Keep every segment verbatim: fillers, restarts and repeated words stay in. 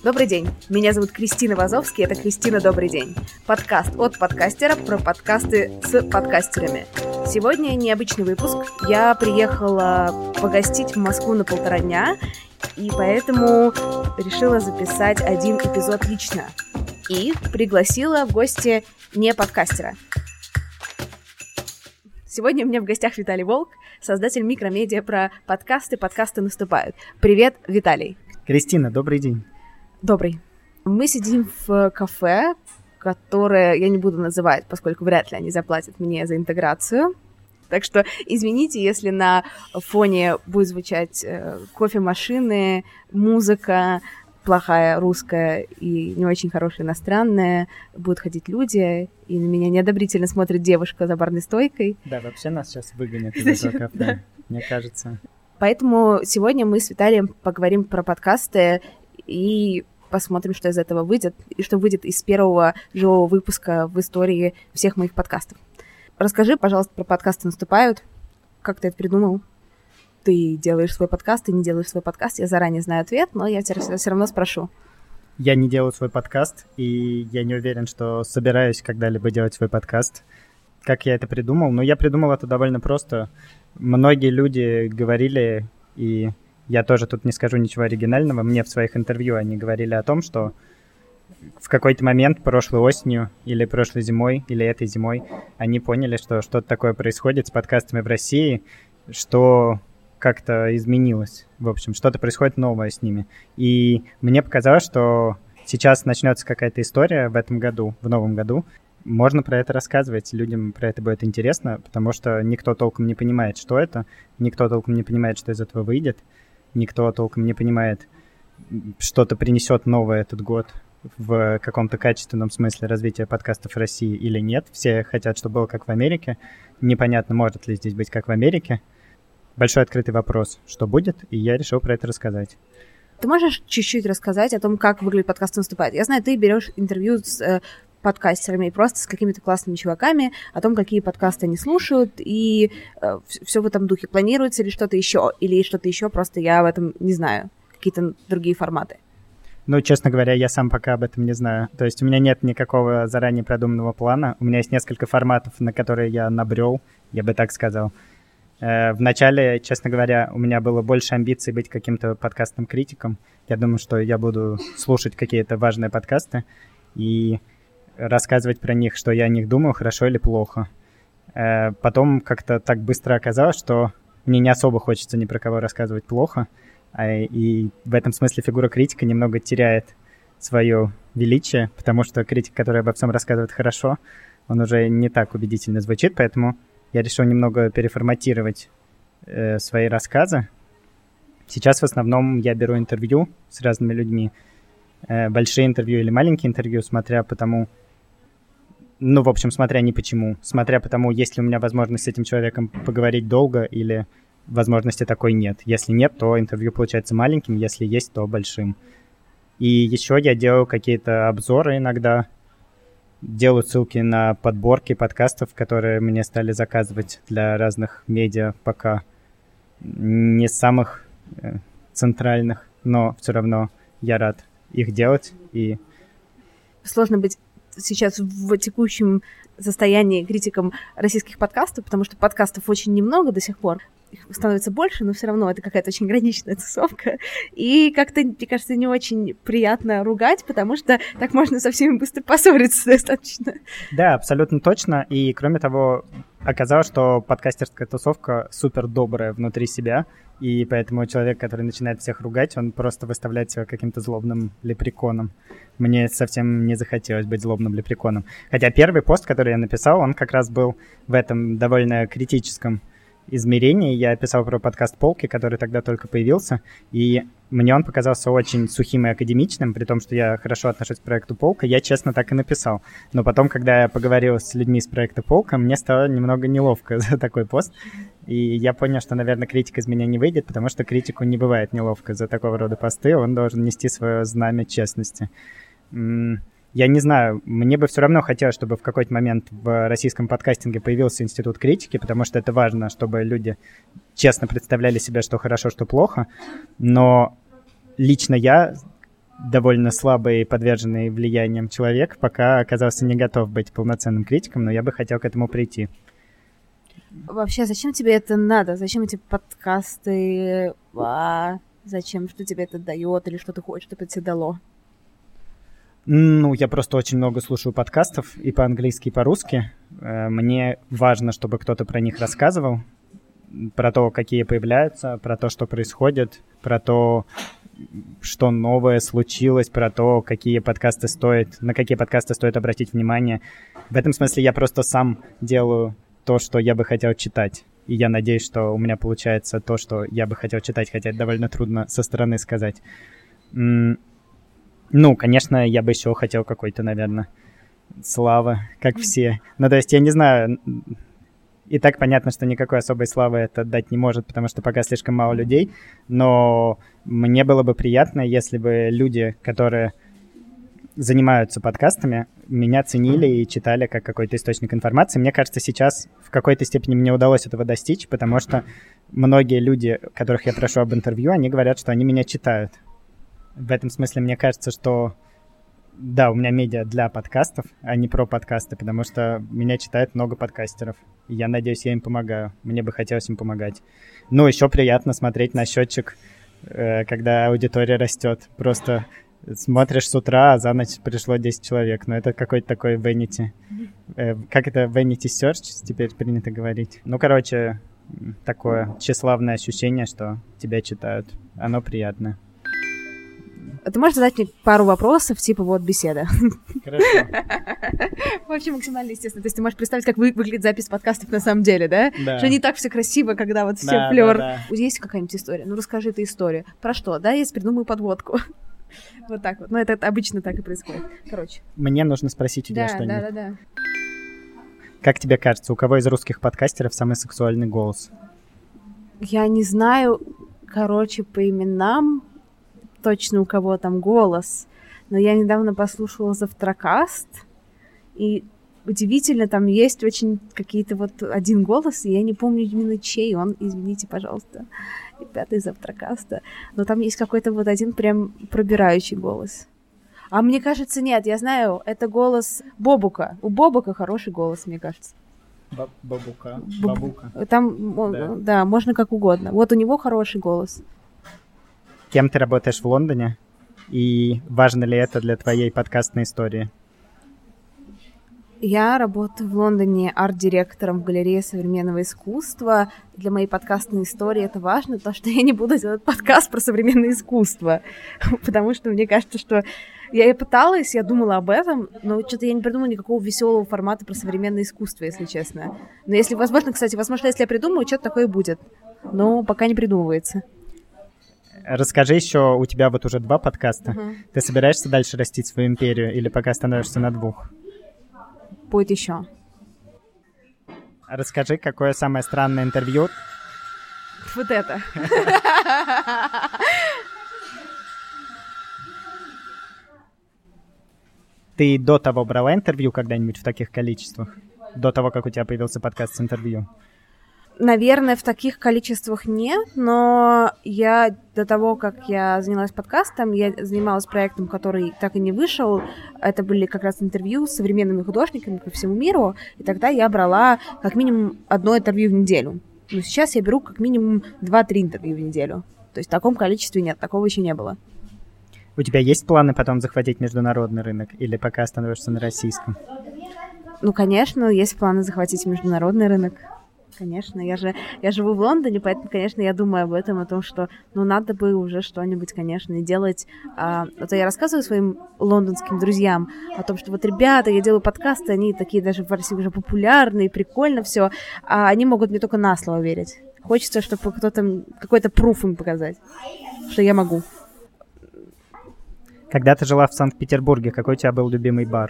Добрый день, меня зовут Кристина Вазовский, это Кристина Добрый день. Подкаст от подкастера про подкасты с подкастерами. Сегодня необычный выпуск. Я приехала погостить в Москву на полтора дня, и поэтому решила записать один эпизод лично. И пригласила в гости не подкастера. Сегодня у меня в гостях Виталий Волк, создатель микромедиа про подкасты «Подкасты наступают». Привет, Виталий. Кристина, добрый день. Добрый. Мы сидим в кафе, которое я не буду называть, поскольку вряд ли они заплатят мне за интеграцию. Так что извините, если на фоне будет звучать э, кофемашины, музыка, плохая русская и не очень хорошая иностранная, будут ходить люди, и на меня неодобрительно смотрит девушка за барной стойкой. Да, вообще нас сейчас выгонят из этого кафе, да. Мне кажется. Поэтому сегодня мы с Виталием поговорим про подкасты и посмотрим, что из этого выйдет, и что выйдет из первого живого выпуска в истории всех моих подкастов. Расскажи, пожалуйста, про подкасты «Наступают». Как ты это придумал? Ты делаешь свой подкаст, ты не делаешь свой подкаст. Я заранее знаю ответ, но я тебя все равно спрошу. Я не делаю свой подкаст, и я не уверен, что собираюсь когда-либо делать свой подкаст. Как я это придумал? Ну, я придумал это довольно просто. Многие люди говорили, и я тоже тут не скажу ничего оригинального, мне в своих интервью они говорили о том, что в какой-то момент прошлой осенью или прошлой зимой, или этой зимой они поняли, что что-то такое происходит с подкастами в России, что как-то изменилось. В общем, что-то происходит новое с ними. И мне показалось, что сейчас начнется какая-то история в этом году, в новом году. Можно про это рассказывать, людям про это будет интересно, потому что никто толком не понимает, что это, никто толком не понимает, что из этого выйдет, никто толком не понимает, что-то принесет новое этот год в каком-то качественном смысле развития подкастов в России или нет. Все хотят, чтобы было как в Америке. Непонятно, может ли здесь быть как в Америке. Большой открытый вопрос, что будет, и я решил про это рассказать. Ты можешь чуть-чуть рассказать о том, как выглядит подкаст «Наступает»? Я знаю, ты берешь интервью с э, подкастерами и просто с какими-то классными чуваками о том, какие подкасты они слушают, и э, все в этом духе. Планируется ли что-то еще, или что-то еще, просто я об этом не знаю, какие-то другие форматы? Ну, честно говоря, я сам пока об этом не знаю. То есть у меня нет никакого заранее продуманного плана. У меня есть несколько форматов, на которые я набрел, я бы так сказал. Вначале, честно говоря, у меня было больше амбиций быть каким-то подкастным критиком. Я думаю, что я буду слушать какие-то важные подкасты и рассказывать про них, что я о них думаю, хорошо или плохо. Потом как-то так быстро оказалось, что мне не особо хочется ни про кого рассказывать плохо, и в этом смысле фигура критика немного теряет свое величие, потому что критик, который обо всем рассказывает хорошо, он уже не так убедительно звучит, поэтому я решил немного переформатировать э, свои рассказы. Сейчас в основном я беру интервью с разными людьми. Э, большие интервью или маленькие интервью, смотря по тому... Ну, в общем, смотря не почему. Смотря по тому, есть ли у меня возможность с этим человеком поговорить долго или возможности такой нет. Если нет, то интервью получается маленьким, если есть, то большим. И еще я делаю какие-то обзоры иногда. Делаю ссылки на подборки подкастов, которые мне стали заказывать для разных медиа, пока не самых э, центральных, но все равно я рад их делать. И... Сложно быть сейчас в текущем состоянии критиком российских подкастов, потому что подкастов очень немного до сих пор. Их становится больше, но все равно это какая-то очень граничная тусовка. И как-то, мне кажется, не очень приятно ругать, потому что так можно со всеми быстро поссориться достаточно. Да, абсолютно точно. И, кроме того, оказалось, что подкастерская тусовка супер добрая внутри себя, и поэтому человек, который начинает всех ругать, он просто выставляет себя каким-то злобным лепреконом. Мне совсем не захотелось быть злобным лепреконом. Хотя первый пост, который я написал, он как раз был в этом довольно критическом измерений. Я писал про подкаст «Полки», который тогда только появился, и мне он показался очень сухим и академичным, при том, что я хорошо отношусь к проекту «Полка», я честно так и написал. Но потом, когда я поговорил с людьми из проекта «Полка», мне стало немного неловко за такой пост, и я понял, что, наверное, критик из меня не выйдет, потому что критику не бывает неловко за такого рода посты, он должен нести свое знамя честности. Я не знаю, мне бы все равно хотелось, чтобы в какой-то момент в российском подкастинге появился институт критики, потому что это важно, чтобы люди честно представляли себя, что хорошо, что плохо. Но лично я довольно слабый и подверженный влиянием человек, пока оказался не готов быть полноценным критиком, но я бы хотел к этому прийти. Вообще, зачем тебе это надо? Зачем эти подкасты? А, зачем? Что тебе это дает? Или что ты хочешь, чтобы это тебе дало? Ну, я просто очень много слушаю подкастов и по-английски, и по-русски. Мне важно, чтобы кто-то про них рассказывал, про то, какие появляются, про то, что происходит, про то, что новое случилось, про то, какие подкасты стоит, на какие подкасты стоит обратить внимание. В этом смысле я просто сам делаю то, что я бы хотел читать. И я надеюсь, что у меня получается то, что я бы хотел читать, хотя это довольно трудно со стороны сказать. Ну, конечно, я бы еще хотел какой-то, наверное, славы, как все. Ну, то есть, я не знаю, и так понятно, что никакой особой славы это дать не может, потому что пока слишком мало людей, но мне было бы приятно, если бы люди, которые занимаются подкастами, меня ценили и читали как какой-то источник информации. Мне кажется, сейчас в какой-то степени мне удалось этого достичь, потому что многие люди, которых я прошу об интервью, они говорят, что они меня читают. В этом смысле мне кажется, что да, у меня медиа для подкастов, а не про подкасты, потому что меня читает много подкастеров. И я надеюсь, я им помогаю. Мне бы хотелось им помогать. Ну, еще приятно смотреть на счетчик, когда аудитория растет. Просто смотришь с утра, а за ночь пришло десять человек. Но это какой-то такой vanity. Как это vanity search теперь принято говорить? Ну, короче, такое тщеславное ощущение, что тебя читают. Оно приятное. Ты можешь задать мне пару вопросов, типа вот беседа? Хорошо. Вообще максимально естественно. То есть ты можешь представить, как вы, выглядит запись подкастов на самом деле, да? Да. Что не так все красиво, когда вот все да, флёр. Да, да. Есть какая-нибудь история? Ну, расскажи ты историю. Про что? Да, я придумаю подводку. Вот так вот. Ну, это обычно так и происходит. Короче. Мне нужно спросить у тебя да, что-нибудь. Да, да, да. Как тебе кажется, у кого из русских подкастеров самый сексуальный голос? Я не знаю, короче, по именам точно у кого там голос, но я недавно послушала Завтракаст, и удивительно, там есть очень какие-то вот один голос, и я не помню именно чей он, извините, пожалуйста, ребята из Завтракаста, но там есть какой-то вот один прям пробирающий голос. А мне кажется, нет, я знаю, это голос Бобука. У Бобука хороший голос, мне кажется. Баб- бабука. Бабука. Там, да. да, можно как угодно. Вот у него хороший голос. Кем ты работаешь в Лондоне? И важно ли это для твоей подкастной истории? Я работаю в Лондоне арт-директором в галерее современного искусства. Для моей подкастной истории это важно, потому что я не буду делать подкаст про современное искусство. Потому что мне кажется, что я и пыталась, я думала об этом, но что-то я не придумала никакого веселого формата про современное искусство, если честно. Но если возможно, кстати, возможно, если я придумаю, что-то такое будет. Но пока не придумывается. Расскажи еще, у тебя вот уже два подкаста. Uh-huh. Ты собираешься дальше растить свою империю или пока становишься на двух? Будет еще. Расскажи, какое самое странное интервью? Вот это. Ты до того брала интервью когда-нибудь в таких количествах? До того, как у тебя появился подкаст с интервью? Наверное, в таких количествах нет, но я до того, как я занялась подкастом, я занималась проектом, который так и не вышел. Это были как раз интервью с современными художниками по всему миру, и тогда я брала как минимум одно интервью в неделю. Но сейчас я беру как минимум два-три интервью в неделю. То есть в таком количестве нет, такого еще не было. У тебя есть планы потом захватить международный рынок или пока остановишься на российском? Ну, конечно, есть планы захватить международный рынок. Конечно, я же я живу в Лондоне, поэтому, конечно, я думаю об этом, о том, что, ну, надо бы уже что-нибудь, конечно, делать. А, а то я рассказываю своим лондонским друзьям о том, что вот, ребята, я делаю подкасты, они такие даже в России уже популярные, прикольно все, а они могут мне только на слово верить. Хочется, чтобы кто-то, какой-то пруф им показать, что я могу. Когда ты жила в Санкт-Петербурге, какой у тебя был любимый бар?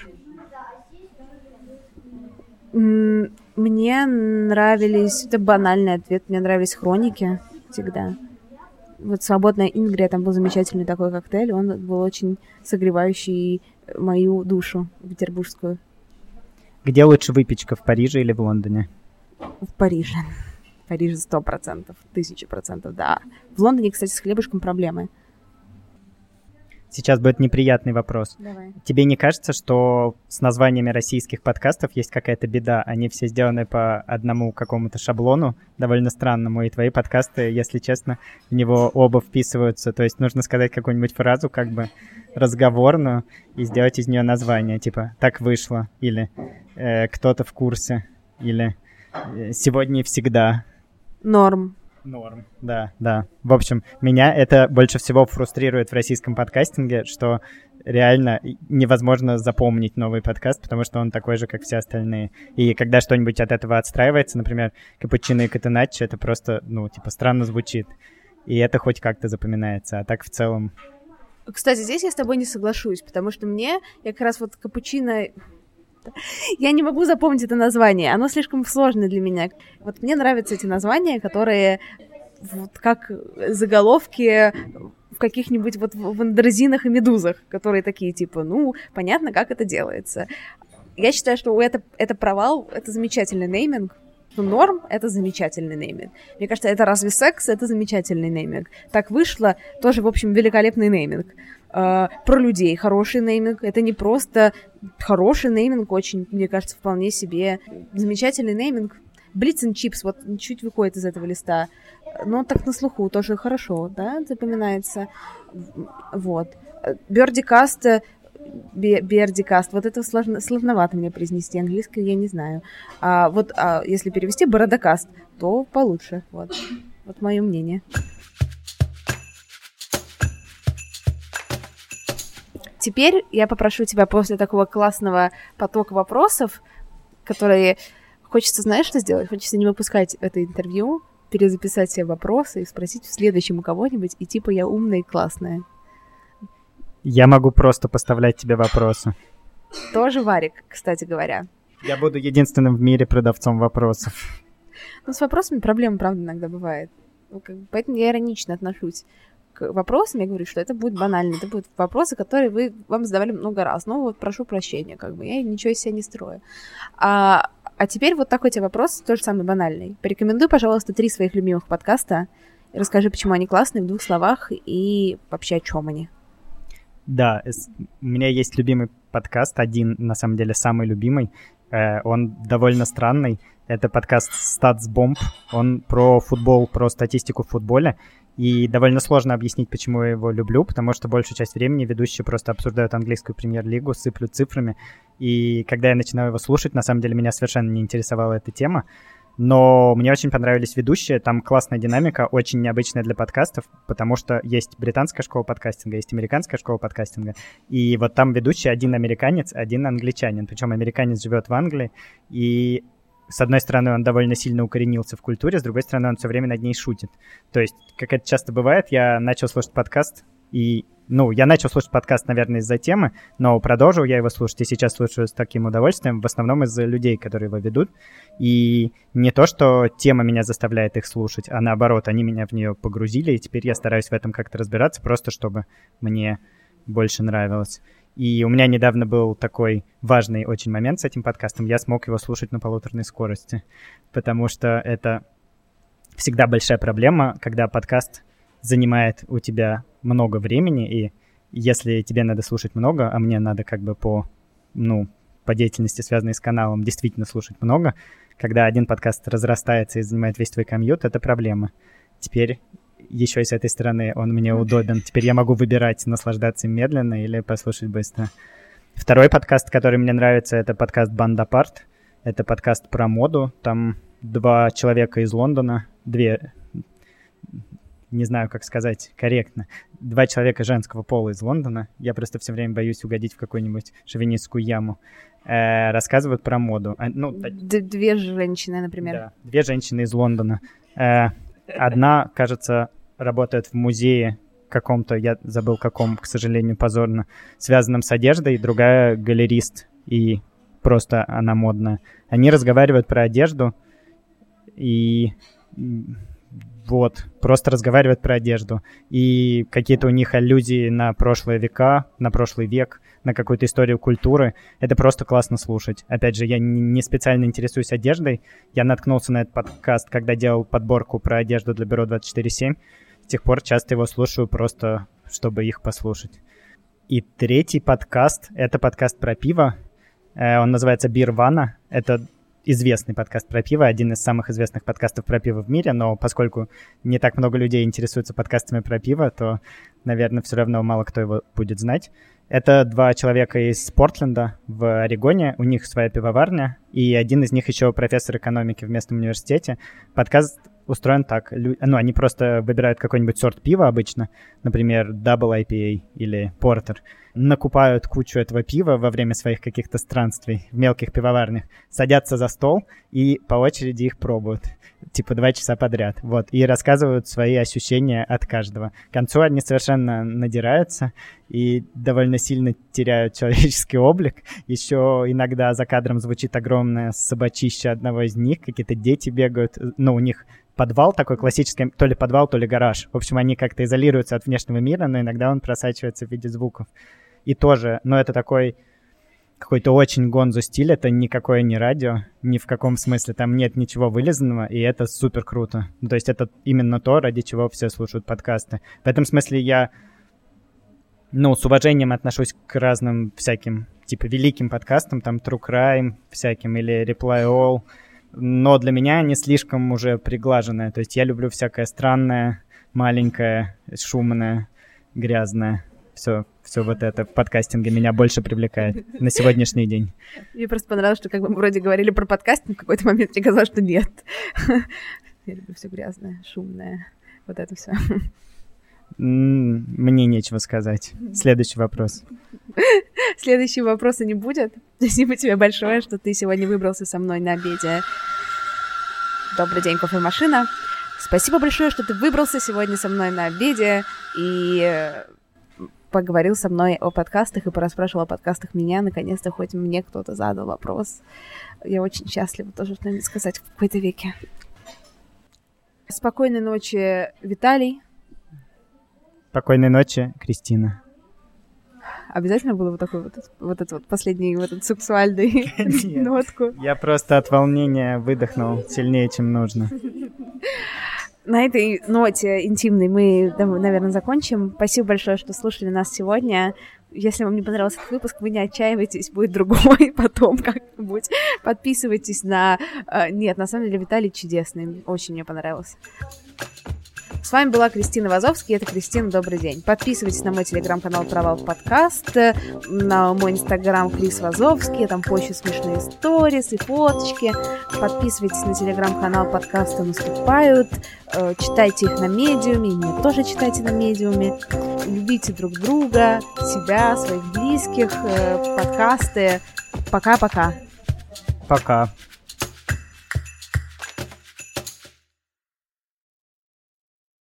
Мне нравились, это банальный ответ, мне нравились хроники всегда. Вот «Свободная Ингрия», там был замечательный такой коктейль, он был очень согревающий мою душу петербургскую. Где лучше выпечка, в Париже или в Лондоне? В Париже. В Париже сто процентов, тысяча процентов, да. В Лондоне, кстати, с хлебушком проблемы. Сейчас будет неприятный вопрос. Давай. Тебе не кажется, что с названиями российских подкастов есть какая-то беда? Они все сделаны по одному какому-то шаблону, довольно странному, и твои подкасты, если честно, в него оба вписываются. То есть нужно сказать какую-нибудь фразу как бы разговорную и сделать из нее название, типа «так вышло» или э, «кто-то в курсе» или э, «сегодня и всегда». Норм. Норм, да, да. В общем, меня это больше всего фрустрирует в российском подкастинге, что реально невозможно запомнить новый подкаст, потому что он такой же, как все остальные. И когда что-нибудь от этого отстраивается, например, капучино и катеначчо, это просто, ну, типа, странно звучит. И это хоть как-то запоминается, а так в целом... Кстати, здесь я с тобой не соглашусь, потому что мне, я как раз вот капучино... Я не могу запомнить это название, оно слишком сложное для меня. Вот мне нравятся эти названия, которые вот как заголовки в каких-нибудь вот в андерзинах и медузах, которые такие типа, ну, понятно, как это делается. Я считаю, что это, это провал, это замечательный нейминг. Норм — это замечательный нейминг. Мне кажется, это разве секс — это замечательный нейминг. Так вышло, тоже, в общем, великолепный нейминг. Uh, про людей хороший нейминг. Это не просто хороший нейминг, очень, мне кажется, вполне себе замечательный нейминг. Blitz and Chips, вот чуть выходит из этого листа. Но так на слуху тоже хорошо, да, запоминается. Вот. Бердикаст, Бердикаст, вот это сложно, сложновато мне произнести, английский я не знаю. А вот а если перевести Бородокаст, то получше. Вот, вот мое мнение. Теперь я попрошу тебя после такого классного потока вопросов, которые хочется, знаешь, что сделать? Хочется не выпускать это интервью, перезаписать все вопросы и спросить в следующем у кого-нибудь, и типа я умная и классная. Я могу просто поставлять тебе вопросы. Тоже варик, кстати говоря. Я буду единственным в мире продавцом вопросов. Ну, с вопросами проблема, правда, иногда бывает. Ну, как бы, поэтому я иронично отношусь к вопросам. Я говорю, что это будет банально. Это будут вопросы, которые вы вам задавали много раз. Ну, вот прошу прощения, как бы. Я ничего из себя не строю. А, а теперь вот такой тебе вопрос, тоже самый банальный. Порекомендуй, пожалуйста, три своих любимых подкаста. Расскажи, почему они классные в двух словах и вообще о чем они. Да, у меня есть любимый подкаст, один, на самом деле, самый любимый. Он довольно странный. Это подкаст StatsBomb. Он про футбол, про статистику в футболе. И довольно сложно объяснить, почему я его люблю, потому что большую часть времени ведущие просто обсуждают английскую премьер-лигу, сыплют цифрами. И когда я начинаю его слушать, на самом деле меня совершенно не интересовала эта тема. Но мне очень понравились ведущие, там классная динамика, очень необычная для подкастов, потому что есть британская школа подкастинга, есть американская школа подкастинга, и вот там ведущий один американец, один англичанин, причем американец живет в Англии, и с одной стороны он довольно сильно укоренился в культуре, с другой стороны он все время над ней шутит. То есть, как это часто бывает, я начал слушать подкаст, и, ну, я начал слушать подкаст, наверное, из-за темы, но продолжил я его слушать, и сейчас слушаю с таким удовольствием, в основном из-за людей, которые его ведут. И не то, что тема меня заставляет их слушать, а наоборот, они меня в нее погрузили, и теперь я стараюсь в этом как-то разбираться, просто чтобы мне больше нравилось. И у меня недавно был такой важный очень момент с этим подкастом, я смог его слушать на полуторной скорости, потому что это всегда большая проблема, когда подкаст занимает у тебя много времени, и если тебе надо слушать много, а мне надо как бы по, ну, по деятельности, связанной с каналом, действительно слушать много, когда один подкаст разрастается и занимает весь твой комьют, это проблема. Теперь еще и с этой стороны он мне удобен. Теперь я могу выбирать, наслаждаться им медленно или послушать быстро. Второй подкаст, который мне нравится, это подкаст «Band Apart». Это подкаст про моду. Там два человека из Лондона, две... не знаю, как сказать корректно, два человека женского пола из Лондона, я просто все время боюсь угодить в какую-нибудь шовинистскую яму, э, рассказывают про моду. А, ну, Д- две женщины, например. Да, две женщины из Лондона. Э, одна, кажется, работает в музее каком-то, я забыл каком, к сожалению, позорно, связанном с одеждой, другая галерист, и просто она модная. Они разговаривают про одежду, и... Вот, просто разговаривают про одежду. И какие-то у них аллюзии на прошлые века, на прошлый век, на какую-то историю культуры. Это просто классно слушать. Опять же, я не специально интересуюсь одеждой. Я наткнулся на этот подкаст, когда делал подборку про одежду для Бюро двадцать четыре семь. С тех пор часто его слушаю просто, чтобы их послушать. И третий подкаст — это подкаст про пиво. Он называется Бирвана. Это известный подкаст про пиво, один из самых известных подкастов про пиво в мире, но поскольку не так много людей интересуются подкастами про пиво, то, наверное, все равно мало кто его будет знать. Это два человека из Портленда в Орегоне, у них своя пивоварня, и один из них еще профессор экономики в местном университете. Подкаст устроен так. Ну, они просто выбирают какой-нибудь сорт пива обычно, например, Double ай пи эй или Porter, накупают кучу этого пива во время своих каких-то странствий в мелких пивоварнях, садятся за стол и по очереди их пробуют, типа два часа подряд, вот, и рассказывают свои ощущения от каждого. К концу они совершенно надираются и довольно сильно теряют человеческий облик. Еще иногда за кадром звучит огромное собачище одного из них, какие-то дети бегают, ну, у них подвал такой классический, то ли подвал, то ли гараж. В общем, они как-то изолируются от внешнего мира, но иногда он просачивается в виде звуков. И тоже, но это такой какой-то очень гонзо стиль, это никакое не радио, ни в каком смысле, там нет ничего вылизанного, и это супер круто. То есть это именно то, ради чего все слушают подкасты. В этом смысле я, ну, с уважением отношусь к разным всяким, типа, великим подкастам, там, True Crime всяким или Reply All, но для меня они слишком уже приглаженные. То есть я люблю всякое странное, маленькое, шумное, грязное. Все, все вот это в подкастинге меня больше привлекает на сегодняшний день. Мне просто понравилось, что как бы мы вроде говорили про подкастинг, в какой-то момент мне казалось, что нет. Я люблю все грязное, шумное, вот это все. Мне нечего сказать. Следующий вопрос. Следующего вопроса не будет. Спасибо тебе большое, что ты сегодня выбрался со мной на обеде. Добрый день, кофемашина. Спасибо большое, что ты выбрался сегодня со мной на обеде и поговорил со мной о подкастах и пораспрашивал о подкастах меня. Наконец-то хоть мне кто-то задал вопрос. Я очень счастлива тоже что-нибудь сказать в какой-то веке. Спокойной ночи, Виталий. Спокойной ночи, Кристина. Обязательно было вот такой вот, вот этот вот последний, вот этот сексуальный нотку? Я просто от волнения выдохнул сильнее, чем нужно. На этой ноте интимной мы, наверное, закончим. Спасибо большое, что слушали нас сегодня. Если вам не понравился этот выпуск, вы не отчаивайтесь, будет другой потом как-нибудь. Подписывайтесь на... Нет, на самом деле Виталий чудесный, очень мне понравился. С вами была Кристина Вазовский, это Кристина, добрый день. Подписывайтесь на мой телеграм-канал Провал Подкаст, на мой инстаграм Крис Вазовский, я там пощу смешные сторис и фоточки. Подписывайтесь на телеграм-канал Подкасты наступают, читайте их на Медиуме, и меня тоже читайте на Медиуме. Любите друг друга, себя, своих близких, подкасты. Пока-пока. Пока.